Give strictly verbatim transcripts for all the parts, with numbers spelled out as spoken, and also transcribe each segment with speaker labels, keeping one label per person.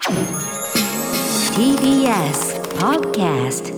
Speaker 1: ティービーエス Podcast。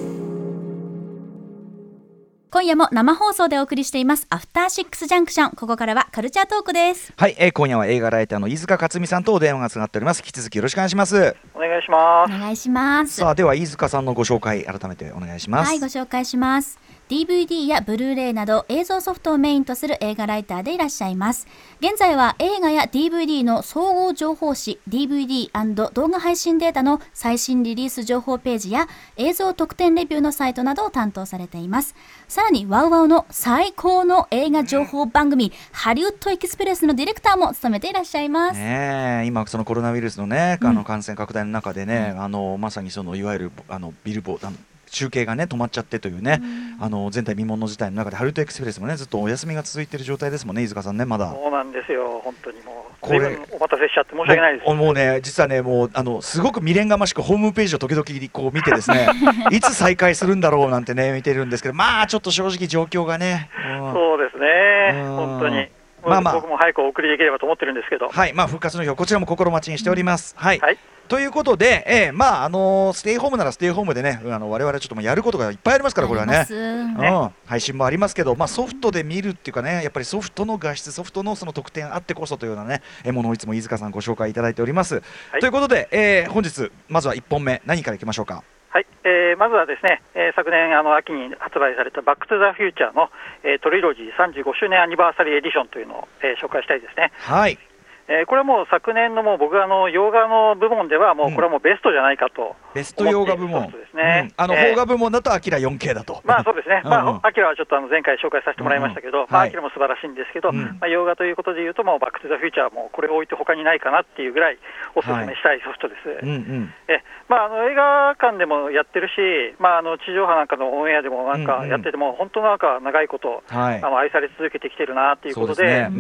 Speaker 2: 今夜も生放送でお送りしていますアフターシックスジャンクション。ここからはカルチャートークです。
Speaker 3: はい、えー、今夜は映画ライターの飯塚克美さんとお電話がつながっております。引き続きよろしくお願いします。
Speaker 4: お願いします。
Speaker 2: お願いします。
Speaker 3: さあ、では飯塚さんのご紹介改めてお願いします。
Speaker 2: はい、ご紹介します。 ディーブイディー やブルーレイなど映像ソフトをメインとする映画ライターでいらっしゃいます。現在は映画や ディーブイディー の総合情報誌 ディーブイディー& 動画配信データの最新リリース情報ページや映像特典レビューのサイトなどを担当されています。さらにワウワウの最高の映画情報番組、うん、ハリウッドエキスプレスのディレクターも務めていらっしゃいます。
Speaker 3: ね、今そのコロナウイルスのね、あの感染拡大の中でね、うん、あのまさにそのいわゆるあのビルボード中継がね止まっちゃってというね、うん、あの前代未聞の事態の中でハリウッドエクスプレスもねずっとお休みが続いている状態ですもんね、飯塚さんね。まだ
Speaker 4: そうなんですよ。本当にもうこれお待たせしちゃって申し訳ないです。
Speaker 3: もう、もうね実はねもうあのすごく未練がましくホームページを時々こう見てですねいつ再開するんだろうなんてね見てるんですけど、まあちょっと正直状況がね、
Speaker 4: うん、そうですね、本当にまあまあ、僕も早くお送りできればと思ってるんですけど、
Speaker 3: はい、まあ、復活の日をこちらも心待ちにしております、うん、はい、
Speaker 4: はい、
Speaker 3: ということで、えーまああのー、ステイホームならステイホームでね、あの我々ちょっともやることがいっぱいありますから、これはね、うん、配信もありますけど、まあ、ソフトで見るっていうかね、やっぱりソフトの画質、ソフトのその特典あってこそというようなねものをいつも飯塚さんご紹介いただいております、はい、ということで、えー、本日まずはいっぽんめ何からいきましょうか。
Speaker 4: はい、えー、まずはですね、えー、昨年あの秋に発売されたバックトゥザフューチャーの、えー、トリロジーさんじゅうごしゅうねんアニバーサリーエディションというのを、えー、紹介したいですね。
Speaker 3: はい、
Speaker 4: えー、これはもう昨年のもう僕あの洋画の部門ではもうこれはもうベストじゃないかと、うん、
Speaker 3: ベスト洋画部門
Speaker 4: ですね、
Speaker 3: うん、あの邦画部門だとアキラ よんケー だと、
Speaker 4: まあそうですね、まあアキラはちょっとあの前回紹介させてもらいましたけど、うんうん、まあアキラも素晴らしいんですけど、はい、まあ、洋画ということでいうともうバックトゥザフューチャーはもうこれを置いて他にないかなっていうぐらいおすすめしたいソフトです。はい、うんうん、えまあ、あの映画館でもやってるし、まあ、あの地上波なんかのオンエアでもなんかやってても、うんうん、本当なんか長いこと、はい、あの愛され続けてきてるなということで、ね、うん、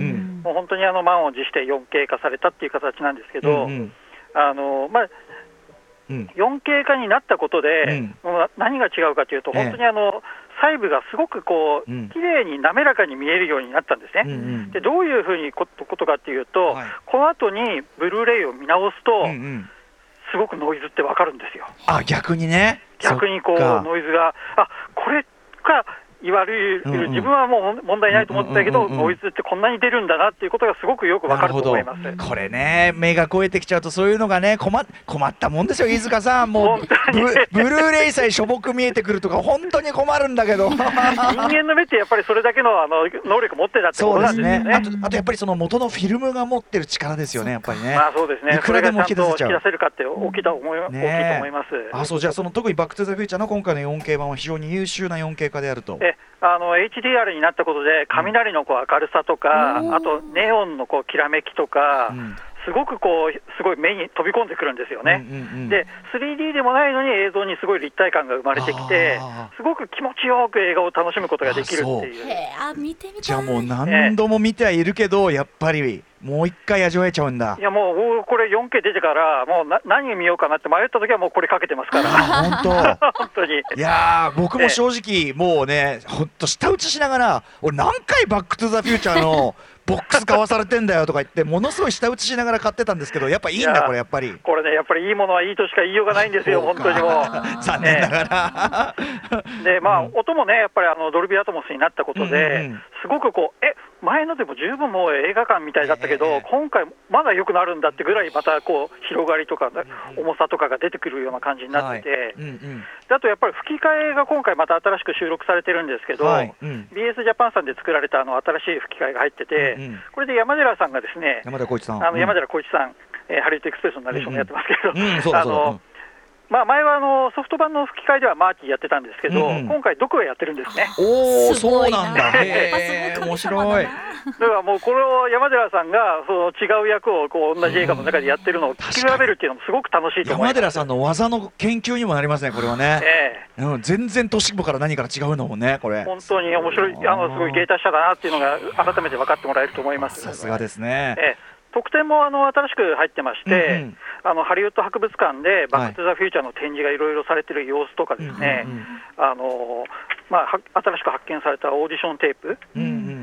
Speaker 4: もう本当にあの満を持して よんケー 化されたっていう形なんですけど、うんうん、あのまあうん、よんケー 化になったことで、うん、もう何が違うかというと、本当にあの、ええ、細部がすごくこう、うん、綺麗に滑らかに見えるようになったんですね。うんうん、でどういうふうにこ と, ことかというと、はい、この後にブルーレイを見直すと、うんうん、すごくノイズって分かるんですよ。
Speaker 3: あ、逆にね、
Speaker 4: 逆にこうノイズが、あ、これか言われる、うんうん、自分はもう問題ないと思ってたけど、うんうんうんうん、ノイズってこんなに出るんだなっていうことがすごくよくわかると思います。
Speaker 3: これね、目が超えてきちゃうとそういうのがね 困, 困ったもんですよ、飯塚さん。もう ブ, ブルーレイさえしょぼく見えてくるとか本当に困るんだけど人
Speaker 4: 間の目ってやっぱりそれだけ の, あの能力持ってたってことなんですね。
Speaker 3: そうですね。あと、あとやっぱりその元のフィルムが持ってる力ですよね、やっぱりね。
Speaker 4: まあそうですね。
Speaker 3: いくらでも引き出せちゃう。
Speaker 4: それがちゃんと引き出せるかって大きいと思い、ね、大きいと思います。
Speaker 3: あ、そう、じゃあその特にバックトゥザフューチャーの今回の よんケー 版は非常に優秀な よんケー 化であると。
Speaker 4: えあの エイチディーアール になったことで雷のこう明るさとか、うん、あとネオンのこうきらめきとか、うん、すごくこうすごい目に飛び込んでくるんですよね。うんうんうん、で スリーディー でもないのに映像にすごい立体感が生まれてきて、すごく気持ちよく映画を楽しむことができるっていう。
Speaker 2: あ、見てみたい。
Speaker 3: じゃあもう何度も見てはいるけど、やっぱりもう一回味わえちゃうんだ。
Speaker 4: いやもうこれ よんケー 出てからもうな何見ようかなって迷った時はもうこれかけてますから。
Speaker 3: 本当
Speaker 4: 本当に。い
Speaker 3: や僕も正直もうね、ほんと舌打ちしながら、俺何回バックトゥザフューチャーのボックス買わされてんだよとか言ってものすごい舌打ちしながら買ってたんですけど、やっぱいいんだこれ。やっぱり
Speaker 4: これね、やっぱりいいものはいいとしか言いようがないんですよ本当にもう
Speaker 3: 残念ながら、
Speaker 4: ね、でまあ、うん、音もねやっぱりあのドルビーアトモスになったことで、うんうん、すごくこうえ前のでも十分もう映画館みたいだったけど、えー、今回まだ良くなるんだってぐらいまたこう広がりとか、うん、重さとかが出てくるような感じになってて、はい、うんうん、であとやっぱり吹き替えが今回また新しく収録されてるんですけど、はい、うん、ビーエス ジャパンさんで作られたあの新しい吹き替えが入ってて、うんうん、これで山寺さんがですね、
Speaker 3: 山寺宏一さん、
Speaker 4: あの山寺宏一さん、えー、ハリウッドエクスプレスのナレーションもやってますけど、
Speaker 3: うんうん、そうだそうだ、あの
Speaker 4: まあ、前はあのソフト版の吹き替えではマーティやってたんですけど、うんうん、今回ドクがやってるんですね。
Speaker 3: おー、そうなんだ。へー、面白い。
Speaker 4: だからもうこれを山寺さんがその違う役をこう同じ映画の中でやってるのを聞き比べるっていうのもすごく楽しいと思います。
Speaker 3: 山寺さんの技の研究にもなりますねこれはね。えーうん、全然年子から何から違うのもねこれ。
Speaker 4: 本当に面白い、あのすごい芸達者だなっていうのが改めて分かってもらえると思います。
Speaker 3: さすがですね。
Speaker 4: えー特典もあの新しく入ってまして、うんうん、あのハリウッド博物館でバックトゥザフューチャーの展示がいろいろされている様子とかですね、あのまあ、新しく発見されたオーディションテープ、うんうん、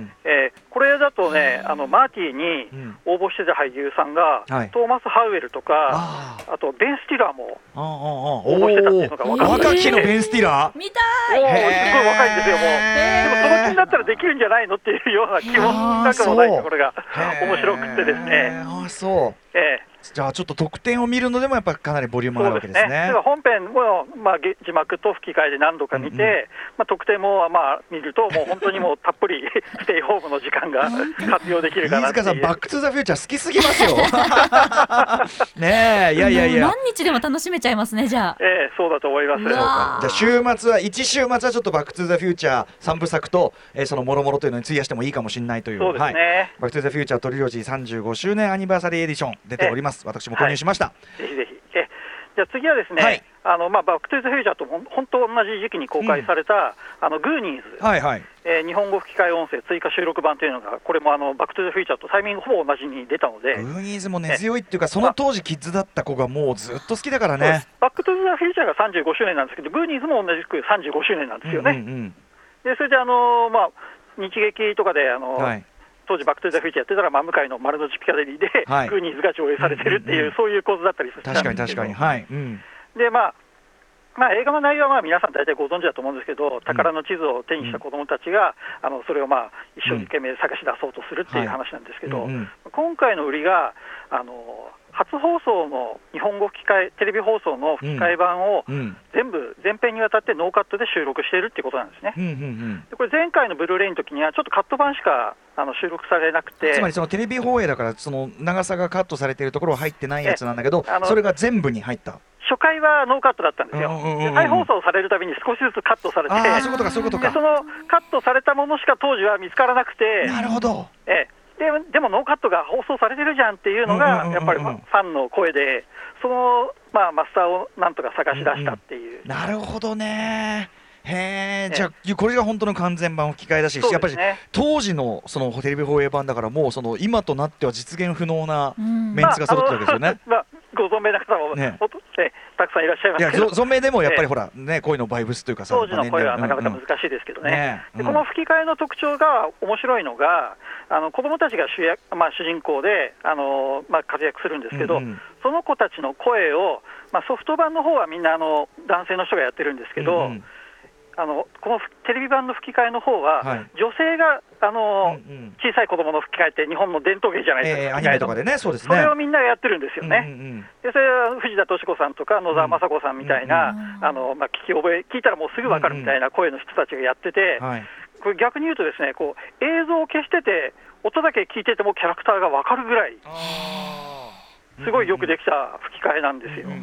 Speaker 3: ん
Speaker 4: えー、これだとね、あのマーティーに応募してた俳優さんが、うん、トーマス・ハウエルとか、あ, あとベン・スティラーも応募してたっていうのが分かって、
Speaker 3: 若きのベン・スティラー
Speaker 2: 見たい、
Speaker 4: おすごい若いんですよ。もうでもその気になったらできるんじゃないのっていうような気もなくもないところが面白くてですね。
Speaker 3: あそう、
Speaker 4: えー
Speaker 3: じゃあちょっと特典を見るのでもやっぱりかなりボリュームがあるわけですね。
Speaker 4: そうですね。本編も、まあ、字幕と吹き替えで何度か見て、うんうん、まあ、特典も、まあ、見るともう本当にもうたっぷりステイホームの時間が活用できるかなっていう。
Speaker 3: 飯塚さんバックトゥザフューチャー好きすぎますよねえ、いやいやいや、
Speaker 2: 何日でも楽しめちゃいますね。じゃあ、
Speaker 4: えー、そうだと思います。
Speaker 3: そうか、じゃあ週末はいち週末はちょっとバックトゥザフューチャーさんぶさくと、えー、そのもろもろというのに費やしてもいいかもしれないという。
Speaker 4: そうですね、はい、
Speaker 3: バックトゥザフューチャートリロジーさんじゅうごしゅうねんアニバーサリーエディション出ております。私も購入しました。はい、
Speaker 4: ぜひぜひ。えじゃあ次はですね、はい、あのまあ、バックトゥザフューチャーと本当同じ時期に公開された、うん、あのグーニーズ、
Speaker 3: はいはい、
Speaker 4: えー、日本語吹き替え音声追加収録版というのが、これもあのバックトゥザフューチャーとタイミングほぼ同じに出たので、
Speaker 3: グーニーズも根強いっていうか、その当時キッズだった子がもうずっと好きだからね。
Speaker 4: バックトゥザフューチャーがさんじゅうごしゅうねんなんですけど、グーニーズも同じくさんじゅうごしゅうねんなんですよね。うんうんうん、でそれであの、まあ、日劇とかであの、はい、当時バックトゥザフューチャーやってたら真向かいの丸の内ピカデリーで、はい、グーニーズが上映されてるっていう、うんうんうん、そういう構図だったりするんですけど。
Speaker 3: 確かに確かに、はい、うん、
Speaker 4: でまあまあ、映画の内容はまあ皆さん大体ご存知だと思うんですけど、宝の地図を手にした子どもたちが、うん、あのそれをまあ一生懸命探し出そうとするっていう話なんですけど、うんはいうんうん、今回の売りがあの初放送の日本語吹き替え、テレビ放送の吹き替え版を全部全編にわたってノーカットで収録しているっていうことなんですね。
Speaker 3: うんうんうん、
Speaker 4: でこれ前回のブルーレイの時にはちょっとカット版しかあの収録されなくて、
Speaker 3: つまりそのテレビ放映だからその長さがカットされているところは入ってないやつなんだけど、それが全部に入った。
Speaker 4: 初回はノーカットだったんですよ。で再放送されるたびに少しずつカットされて、
Speaker 3: あそういうことかそういうことか。
Speaker 4: でそのカットされたものしか当時は見つからなくて、
Speaker 3: なるほど、
Speaker 4: えで, でもノーカットが放送されてるじゃんっていうのがやっぱりファンの声で、その、まあ、マスターをなんとか探し出したっていう、
Speaker 3: うんうん、なるほどね。へえ、じゃあこれが本当の完全版吹き替えだし、ね、やっぱり当時のそのテレビ放映版だからもうその今となっては実現不能なメンツが揃ってるわけですよね。
Speaker 4: まあご存命な方も、ねね、たくさんいらっしゃいますけど、
Speaker 3: いや存命でもやっぱりほら、ね、声のバイブスというかさ、
Speaker 4: 当時の声はなかなか難しいですけどね、うんうんねうん、でこの吹き替えの特徴が面白いのが、あの子どもたちが主役、まあ、主人公であの、まあ、活躍するんですけど、うんうん、その子たちの声を、まあ、ソフト版の方はみんなあの男性の人がやってるんですけど、うんうん、あのこのテレビ版の吹き替えの方は、はい、女性があの、うんうん、小さい子供の吹き替えって日本の伝統芸じゃないですか、
Speaker 3: えー、アニメとかでね、そうですね、
Speaker 4: それをみんながやってるんですよね、
Speaker 3: うんうんうん、
Speaker 4: でそれは藤田敏子さんとか野沢雅子さんみたいな、うんうん、あのまあ、聞き覚え聞いたらもうすぐ分かるみたいな声の人たちがやってて、うんうん、これ逆に言うとですね、こう映像を消してて音だけ聞いててもキャラクターが分かるぐらいすごいよくできた吹き替えなんですよ。うんうんうん、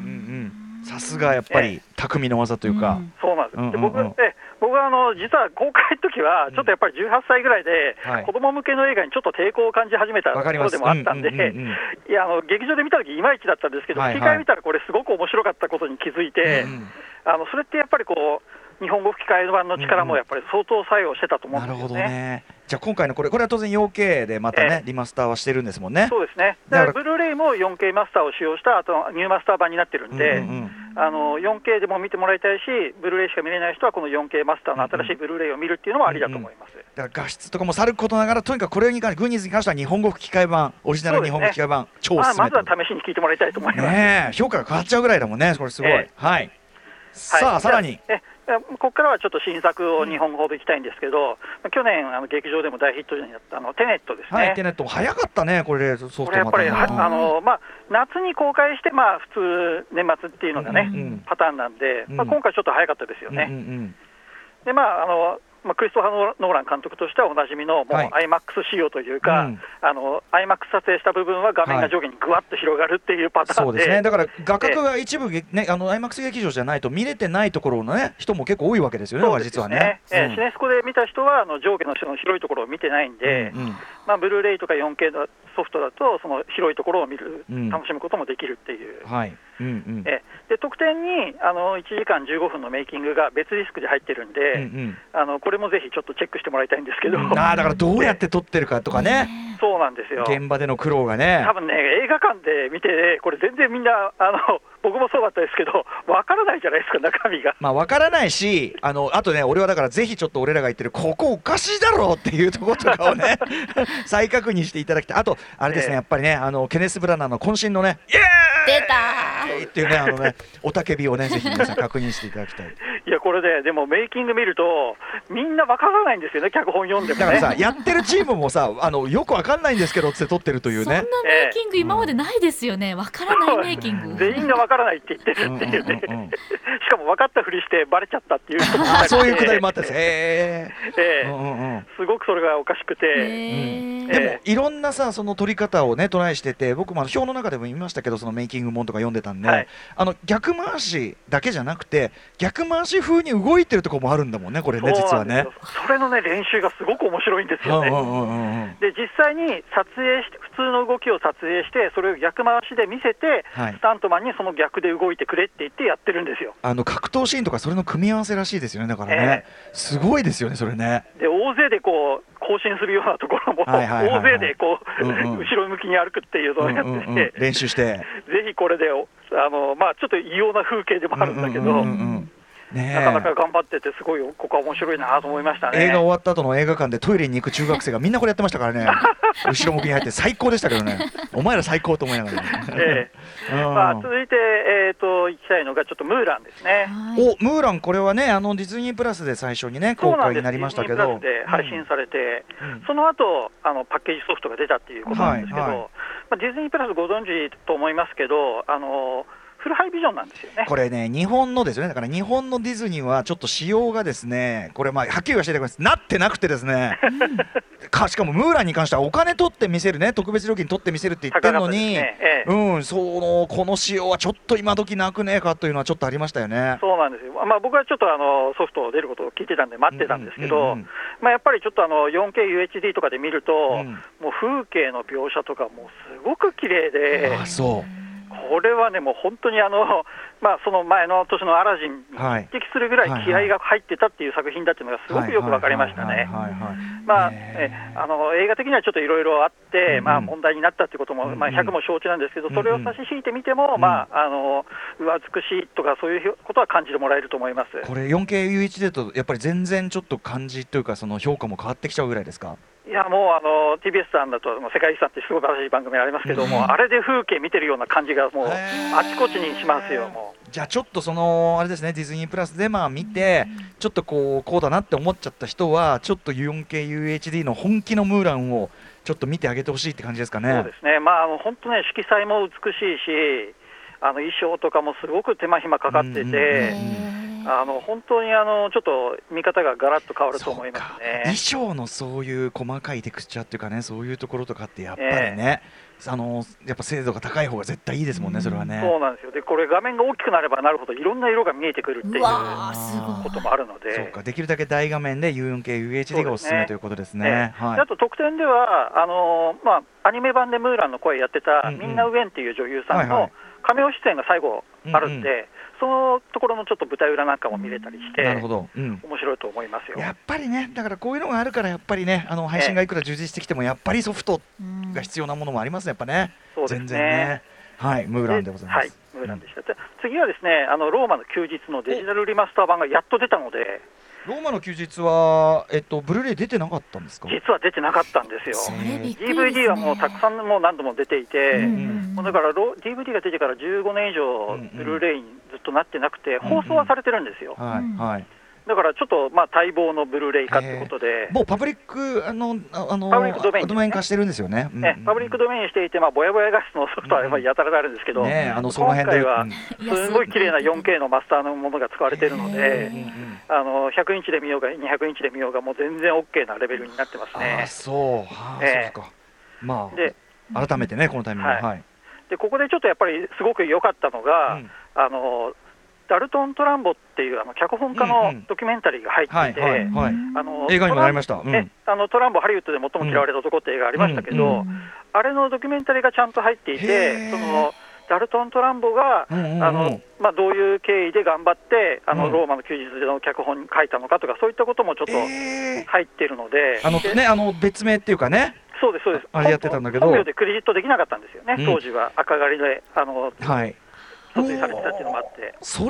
Speaker 3: さすがやっぱり匠の技というか、
Speaker 4: うん、そうなんです、うんうんうん、で僕え僕はあの実は公開の時はちょっとやっぱりじゅうはっさいぐらいで、うん、子供向けの映画にちょっと抵抗を感じ始めたところでもあったんで、いやあの劇場で見た時いまいちだったんですけど、吹き替え見たらこれすごく面白かったことに気づいて、うんうん、あのそれってやっぱりこう日本語吹き替え版の力もやっぱり相当作用してたと思うんですよね。
Speaker 3: なるほどね。じゃあ今回のこれこれは当然 ヨーケー でまたね、えー、リマスターはしてるんですもんね。
Speaker 4: そうですね。だからブルーレイも ヨーケー マスターを使用したあとニューマスター版になってるんで、うんうんうん、あの ヨーケー でも見てもらいたいし、ブルーレイしか見れない人はこの ヨーケー マスターの新しいブルーレイを見るっていうのもありだと思います。うんうん、
Speaker 3: だから画質とかもさることながら、とにかくこれに関してグーニーズに関しては日本語吹き替え版、オリジナル日本語吹き替え版、ね、超おすすめ、
Speaker 4: まあ、まずは試しに聞いてもらいたいと思います。
Speaker 3: ね、評価が変わっちゃうぐらいだもんね。これすごい。えー、はい。さあ、はい、さらに。
Speaker 4: ここからはちょっと新作を日本語でいきたいんですけど、うん、去年あの劇場でも大ヒットになったあのテネットですね。
Speaker 3: はい、テネットも早かったね、これ、そうそう、
Speaker 4: これやっぱり、あのまあ、夏に公開して、まあ、普通、年末っていうのがね、うんうん、パターンなんで、まあ、今回ちょっと早かったですよね。うんうんうん、でまああのまあ、クリストファー・ノーラン監督としてはおなじみのもう アイマックス 仕様というか、はい、あの アイマックス 撮影した部分は画面が上下にぐわっと広がるっていうパターンで、
Speaker 3: はい、そうですね、だから画角が一部、ね、あの アイマックス 劇場じゃないと見れてないところの、ね、人も結構多いわけですよね、実はね。
Speaker 4: えーうん、シネスコで見た人はあの上下の人の広いところを見てないんで、うんうん、まあ、ブルーレイとか ヨーケー のソフトだとその広いところを見る、うん、楽しむこともできるっていう。はい、うんうん、えで特典にあのいちじかんじゅうごふんのメイキングが別ディスクで入ってるんで、うんうん、あのこれもぜひちょっとチェックしてもらいたいんですけど、うん、
Speaker 3: あだからどうやって撮ってるかとかね、
Speaker 4: そうなんですよ、
Speaker 3: 現場での苦労がね、
Speaker 4: 多分ね映画館で見てこれ全然みんなあの僕もそうだったですけど分からないじゃないないですか、中身が。
Speaker 3: まあ分からないし、あのあとね、俺はだからぜひちょっと俺らが言ってるここおかしいだろうっていうところとかをね再確認していただきたい。あとあれですね、えー、やっぱりね、あのケネス・ブラナーの渾身のねイエーイ
Speaker 2: 出た
Speaker 3: ーっていうね、あのねおたけびをねぜひ皆さん確認していただきたい。
Speaker 4: いやこれで、でもメイキング見るとみんなわからないんですよね、脚本読んでもね。
Speaker 3: だからさ、やってるチームもさ、あのよくわかんないんですけどって撮ってるというね。
Speaker 2: そんなメイキング今までないですよね。わからないメイキング。
Speaker 4: 全員がわからないって言ってるっていうね。うんうんうんうん、しかも分かったふりしてバレちゃったっていう人もいたりして、
Speaker 3: あ、そういうくだりもあったんです。えー
Speaker 4: えー
Speaker 3: うんうんうん、
Speaker 4: すごくそれがおかしくて、
Speaker 3: えーうん、でもいろんなさ、その撮り方をねトライしてて、僕もあの表の中でも言いましたけど、そのメイキング本とか読んでたんで、はい、あの逆回しだけじゃなくて逆回し風に動いてるところもあるんだもんね、これね、実はね。
Speaker 4: それのね練習がすごく面白いんですよね。うんうんうんうん、で実際に撮影して、普通の動きを撮影してそれを逆回しで見せて、はい、スタントマンにその逆で動いてくれって言ってやってるんですよ。
Speaker 3: あの格闘シーンとかそれの組み合わせらしいですよね。だからね、えー、すごいですよねそれね。
Speaker 4: で大勢でこう更新するようなところも、はいはいはいはい、大勢でこう、うんうん、後ろ向きに歩くっていうのをやってて、うんうんうん、
Speaker 3: 練習して、
Speaker 4: ぜひこれであの、まあ、ちょっと異様な風景でもあるんだけど、うんうんうんうんね、なかなか頑張ってて、すごいここは面白いなと思いましたね。
Speaker 3: 映画終わった後の映画館でトイレに行く中学生がみんなこれやってましたからね後ろ向きに入って最高でしたけどねお前ら最高と思いながら、ね
Speaker 4: ええうんまあ、続いて、えー、と行きたいのがちょっとムーランですね。
Speaker 3: おムーラン、これはね、あのディズニープラスで最初にね公開になりましたけど、
Speaker 4: ディズニープラスで配信されて、うん、その後あのパッケージソフトが出たっていうことなんですけど、はいはい、まあ、ディズニープラスご存知と思いますけど、あのフルハイビジョンなんですよね。
Speaker 3: これね、日本のですよね。だから日本のディズニーはちょっと仕様がですね、これまあはっきり言わせていただきます、なってなくてですねかしかもムーランに関してはお金取って見せるね、特別料金取って見せるって言ってるのに、ねええ、うん、そのこの仕様はちょっと今時なくねえかというのはちょっとありましたよね。
Speaker 4: そうなんですよ。まあ、僕はちょっとあのソフト出ることを聞いてたんで待ってたんですけど、うんうんうん、まあ、やっぱりちょっとあの よんケーユーエイチディー とかで見ると、うん、もう風景の描写とかもすごく綺麗で、
Speaker 3: あ、そう
Speaker 4: これはね、もう本当にあの、まあ、その前の年のアラジンに匹敵するぐらい気合が入ってたっていう作品だっていうのがすごくよく分かりましたね。映画的にはちょっといろいろあって、うん、まあ、問題になったってことも、まあ、ひゃくも承知なんですけど、それを差し引いてみても、うん、まあ、あの上美しいとかそういうことは感じてもらえると思います。
Speaker 3: これ よんケーユーエイチディー とやっぱり全然ちょっと感じというか、その評価も変わってきちゃうぐらいですか？
Speaker 4: いやもうあの ティービーエス さんだと世界遺産ってすごい素晴らしい番組ありますけども、うん、あれで風景見てるような感じがもうあちこちにしますよ。もう
Speaker 3: じゃあちょっとそのあれですね、ディズニープラスでまあ見て、ちょっとこうこうだなって思っちゃった人はちょっと よんケーユーエイチディー の本気のムーランをちょっと見てあげてほしいって感じですかね。
Speaker 4: そうですね、まあ、あの本当ね、色彩も美しいし、あの衣装とかもすごく手間暇かかってて、うんうん、あの本当にあのちょっと見方がガラッと変わると思いますね。
Speaker 3: 衣装のそういう細かいテクスチャーっていうかね、そういうところとかってやっぱりね、えー、あのやっぱ精度が高い方が絶対いいですもんね、それはね。
Speaker 4: そうなんですよ。でこれ画面が大きくなればなるほどいろんな色が見えてくるっていうこともあるので、
Speaker 3: そうか、できるだけ大画面で よんケーユーエイチディー がおすすめということですね。
Speaker 4: はい、あと特典ではあの、まあ、アニメ版でムーランの声やってた、うんうん、ミンナ・ウェンっていう女優さんのカメオ出演が最後あるんで、うんうん、そのところのちょっと舞台裏なんかも見れたりして、なるほど、うん、面白いと思いますよ。
Speaker 3: やっぱりね、だからこういうのがあるからやっぱりね、あの配信がいくら充実してきてもやっぱりソフトが必要なものもありますね、やっぱね。
Speaker 4: そうですね、
Speaker 3: 全然ね。はい、ムーランでございます。はい、
Speaker 4: ムーランでした。うん、次はですね、あのローマの休日のデジタルリマスター版がやっと出たので。
Speaker 3: ローマの休日は、えっと、ブルーレイ出てなかったんですか？
Speaker 4: 実は出てなかったんですよ。
Speaker 2: ね、
Speaker 4: ディーブイディー はもうたくさんもう何度も出ていて、うんうん、もうだからロ ディーブイディー が出てからじゅうごねん以上ブルーレイにずっとなってなくて、うんうん、放送はされてるんですよ。
Speaker 3: うんうん、はいはい、
Speaker 4: だからちょっとまあ待望のブルーレイ化ということで、
Speaker 3: もうパブリックあのあの
Speaker 4: パブリックドメイン、ね、
Speaker 3: ドメイン化してるんですよね。うんうん、
Speaker 4: ね、パブリックドメインしていて、まあ、ぼやぼや画質のソフトはやっぱりやたらであるんですけど、うんね、あのその辺で今回はすごい綺麗な よんケー のマスターのものが使われているので、あのひゃくインチで見ようがにひゃくインチで見ようがもう全然 OK なレベルになってますね。
Speaker 3: あ、そう、はあ、えー、そうか。まあで改めてね、このタイミングで、はいはい、で
Speaker 4: ここでちょっとやっぱりすごく良かったのが、うん、あのダルトン・トランボっていうあの脚本家のドキュメンタリーが入っていて、
Speaker 3: 映画にもなりました。うん、
Speaker 4: えあのトランボハリウッドで最も嫌われた男って映画ありましたけど、うんうん、あれのドキュメンタリーがちゃんと入っていて、そのダルトン・トランボが、うんうんうん、あのまあ、どういう経緯で頑張ってあの、うん、ローマの休日での脚本に書いたのかとか、そういったこともちょっと入っているので、
Speaker 3: あのね、あの別名っていうかね、
Speaker 4: そうですそうです、
Speaker 3: あれやってたんだけど、
Speaker 4: 本名でクレジットできなかったんですよね、うん、当時は赤狩りであの、はい、訴追されてたっていうのもあって、
Speaker 3: それ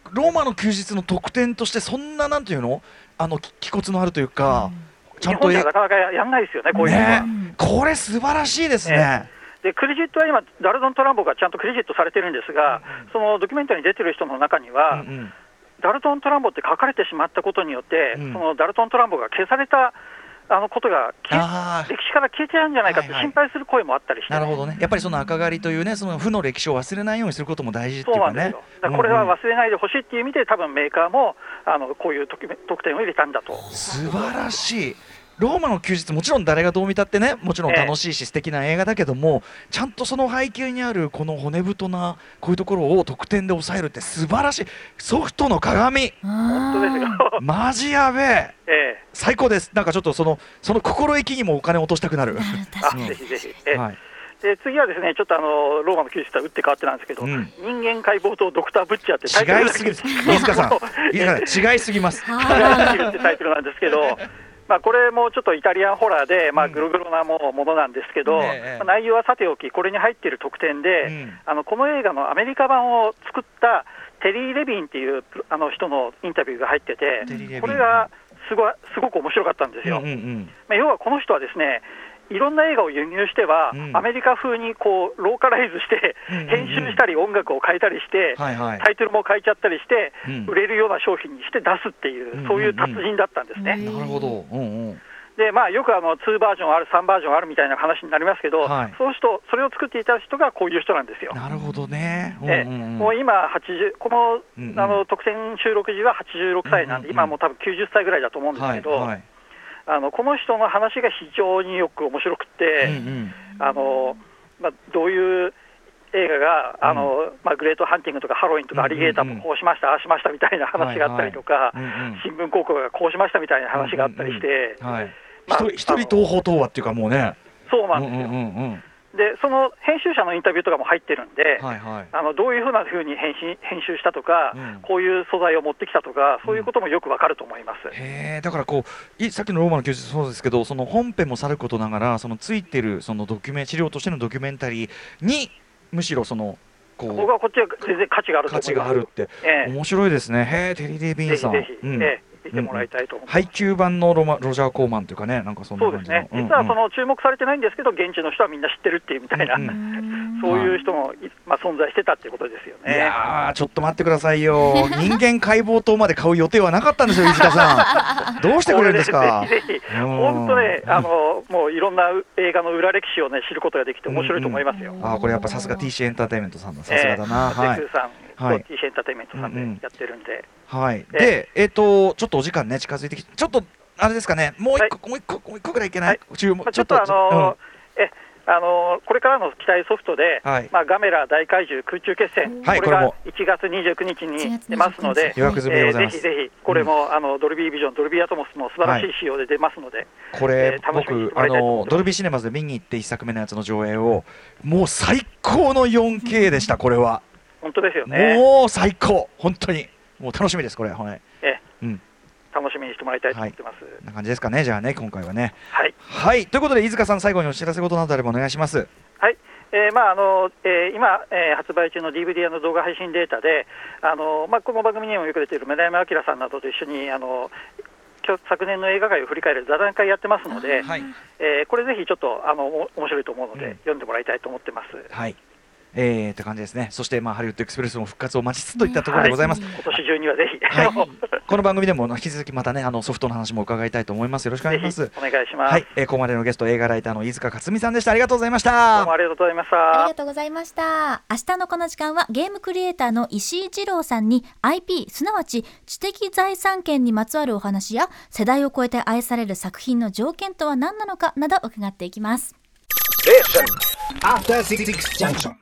Speaker 3: ローマの休日の特典としてそんななんていうのあの気骨のあるというか、
Speaker 4: うん、ちゃんと日本ではなかなかやんないですよね、こういうのは、
Speaker 3: ね、これ素晴らしいですね、ね
Speaker 4: でクレジットは今ダルトン・トランボがちゃんとクレジットされてるんですが、うん、そのドキュメンタリーに出てる人の中には、うんうん、ダルトン・トランボって書かれてしまったことによって、うん、そのダルトン・トランボが消されたあのことが歴史から消えちゃうんじゃないかって心配する声もあったりして、ね、
Speaker 3: はいはい、なるほどね。やっぱりその赤狩りというね、その負の歴史を忘れないようにすることも大事っていうかね。そうなんですよ。だからこれは忘れないでほしいっていう意味で、多分メーカーもあのこういう特典を入れたんだと。 素晴らしい。ローマの休日、もちろん誰がどう見たってね、もちろん楽しいし素敵な映画だけども、えー、ちゃんとその背景にあるこの骨太なこういうところを特典で抑えるって素晴らしい。ソフトの鏡、
Speaker 4: 本当ですよ。
Speaker 3: マジやべえ、
Speaker 4: えー、
Speaker 3: 最高です。なんかちょっとそのその心意気にもお金を落としたくなる。
Speaker 4: あ、ぜひぜひ、えーはい、で次はですね、ちょっとあのローマの休日とは打って変わってなんですけど、うん、人間解剖とドクターブッチャーってタイトル
Speaker 3: 違いすぎます飯塚さん違いすぎます
Speaker 4: ってタイトルなんですけどまあ、これもちょっとイタリアンホラーで、まあ、グログロなものなんですけど、うんね、まあ、内容はさておき、これに入っている特典で、うん、あのこの映画のアメリカ版を作ったテリー・レビンっていうあの人のインタビューが入ってて、これがすご、すごく面白かったんですよ。うんうんうん、まあ、要はこの人はですね、いろんな映画を輸入しては、うん、アメリカ風にこうローカライズして編集したり音楽を変えたりして、うんうんうん、タイトルも変えちゃったりして、はいはい、売れるような商品にして出すっていう、うんうんうん、そういう達人だったんですね。
Speaker 3: なるほど、うんうん、
Speaker 4: でまあ、よくあのにバージョンあるさんバージョンあるみたいな話になりますけど、はい、そうするとそれを作っていた人がこういう人なんですよ。
Speaker 3: なるほどね、うんうん
Speaker 4: うん、もう今はちじゅうこの、うんうん、あの特典収録時ははちじゅうろくさいなんで、うんうんうん、今はもう多分きゅうじゅっさいぐらいだと思うんですけど、はいはい、あのこの人の話が非常によく面白くて、うんうん、あのまあ、どういう映画があの、うん、まあ、グレートハンティングとかハロウィンとかアリゲーターもこうしました、うんうん、ああしましたみたいな話があったりとか、はいはい、うんうん、新聞広告がこうしましたみたいな話があったりして、
Speaker 3: うんうん、はい、まあ、一人東方東和っていうかもうね、
Speaker 4: そうなんですよ、うんうんうん、でその編集者のインタビューとかも入ってるんで、はいはい、あのどういうふうな風に編集、編集したとか、うん、こういう素材を持ってきたとか、そういうこともよくわかると思います、うん、
Speaker 3: へー、だからこういさっきのローマの休日そうですけど、その本編もさることながら、そのついてるそのドキュメン資料としてのドキュメンタリーにむしろそのこう
Speaker 4: 僕はこっちは全然価値があると思います。価値があるって、
Speaker 3: えー、面白いですね。へー、テリー・レビンさん、
Speaker 4: ぜひぜひ、うん、えー見てもらいたいと思います。
Speaker 3: 配給版のロマロジャー・コーマンというかね、なんかそんな感じの。
Speaker 4: そうですね、実はその注目されてないんですけど、現地の人はみんな知ってるっていうみたいな、うんうん、そういう人も、まあ、存在してたっていうことですよね。
Speaker 3: いやー、ちょっと待ってくださいよ人間解剖棟まで買う予定はなかったんですよ飯田さんどうしてくれるんですか。
Speaker 4: ぜひぜひ、本当ね、あのもういろんな映画の裏歴史をね知ることができて面白いと思いますよ。
Speaker 3: うんうん、あ、これやっぱさすが ティーシー エンターテインメントさんのさすがだな、
Speaker 4: えー、はい、さんはい、ティーシー エンターテインメントさんでやってるんで、
Speaker 3: うんうん、はい、で、えーと、ちょっとお時間ね近づいてきて、ちょっとあれですかね、もう一個、はい、もう一個、もう一個ぐらいいけない、はい、
Speaker 4: 注目、まあ、ちょっとあのー、うん、えあのー、これからの期待ソフトで、はい、まあ、ガメラ大怪獣空中決戦、はい、これがいちがつにじゅうくにちに出ますので、
Speaker 3: 予約済みでございます。
Speaker 4: えー、ぜひぜひこれも、うん、あのドルビービジョン、ドルビーアトモスの素晴らしい仕様で出ますので、はい、
Speaker 3: これ、えー、僕あのドルビーシネマズで見に行っていっさくめのやつの上映をもう最高の よんケー でした。これは
Speaker 4: 本当ですよね。
Speaker 3: もう最高、本当にもう楽しみですこれ、はい、
Speaker 4: えうん、楽しみにしてもらいたいと思ってます。はい、
Speaker 3: な感じですかね。じゃあね、今回はね、
Speaker 4: はい、
Speaker 3: はい、ということで飯塚さん、最後にお知らせ事などあればお願いします。
Speaker 4: はい、えーまああのえー、今、えー、発売中の ディーブイディー の動画配信データで、あの、まあ、この番組にもよく出ている村山明さんなどと一緒にあの昨年の映画界を振り返る座談会やってますので、はい、えー、これぜひちょっとあの面白いと思うので、うん、読んでもらいたいと思ってます。
Speaker 3: はい、えー、って感じですね。そして、まあ、ハリウッドエクスプレスの復活を待ちつつといったところでございます。
Speaker 4: はい、今年中にはぜひ、
Speaker 3: はい、この番組でも引き続きまたね、あのソフトの話も伺いたいと思います。よろしくお願いします。
Speaker 4: お願いします。
Speaker 3: はい、えー、ここまでのゲスト、映画ライターの飯塚克美さんでした。ありがとうございました。
Speaker 4: どうもありがとうございました。
Speaker 2: ありがとうございました。明日のこの時間はゲームクリエイターの石井二郎さんに アイピー すなわち知的財産権にまつわるお話や、世代を超えて愛される作品の条件とは何なのかなど伺っていきます。After シックス ジャンクション